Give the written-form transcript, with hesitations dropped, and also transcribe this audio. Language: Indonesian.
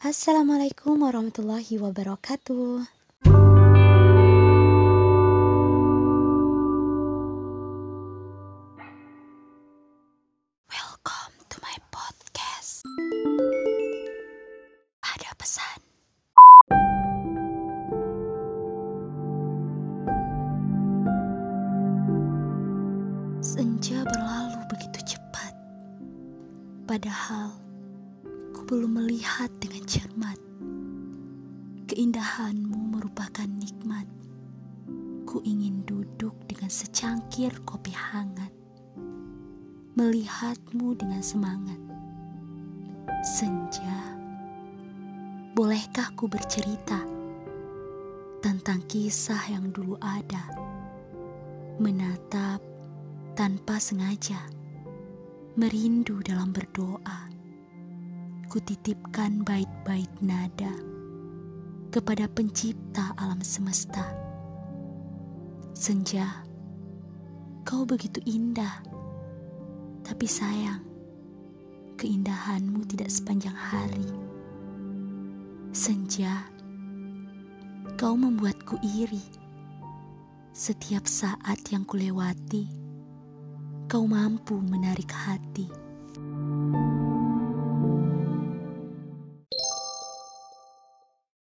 Assalamualaikum warahmatullahi wabarakatuh. Welcome to my podcast. Ada pesan. Senja berlalu begitu cepat. Padahal ku belum melihat dengan cermat. Keindahanmu merupakan nikmat. Ku ingin duduk dengan secangkir kopi hangat, melihatmu dengan semangat. Senja, bolehkah ku bercerita tentang kisah yang dulu ada, menatap tanpa sengaja, merindu dalam berdoa. Kutitipkan bait-bait nada kepada pencipta alam semesta. Senja, kau begitu indah, tapi sayang, keindahanmu tidak sepanjang hari. Senja, kau membuatku iri. Setiap saat yang kulewati, kau mampu menarik hati.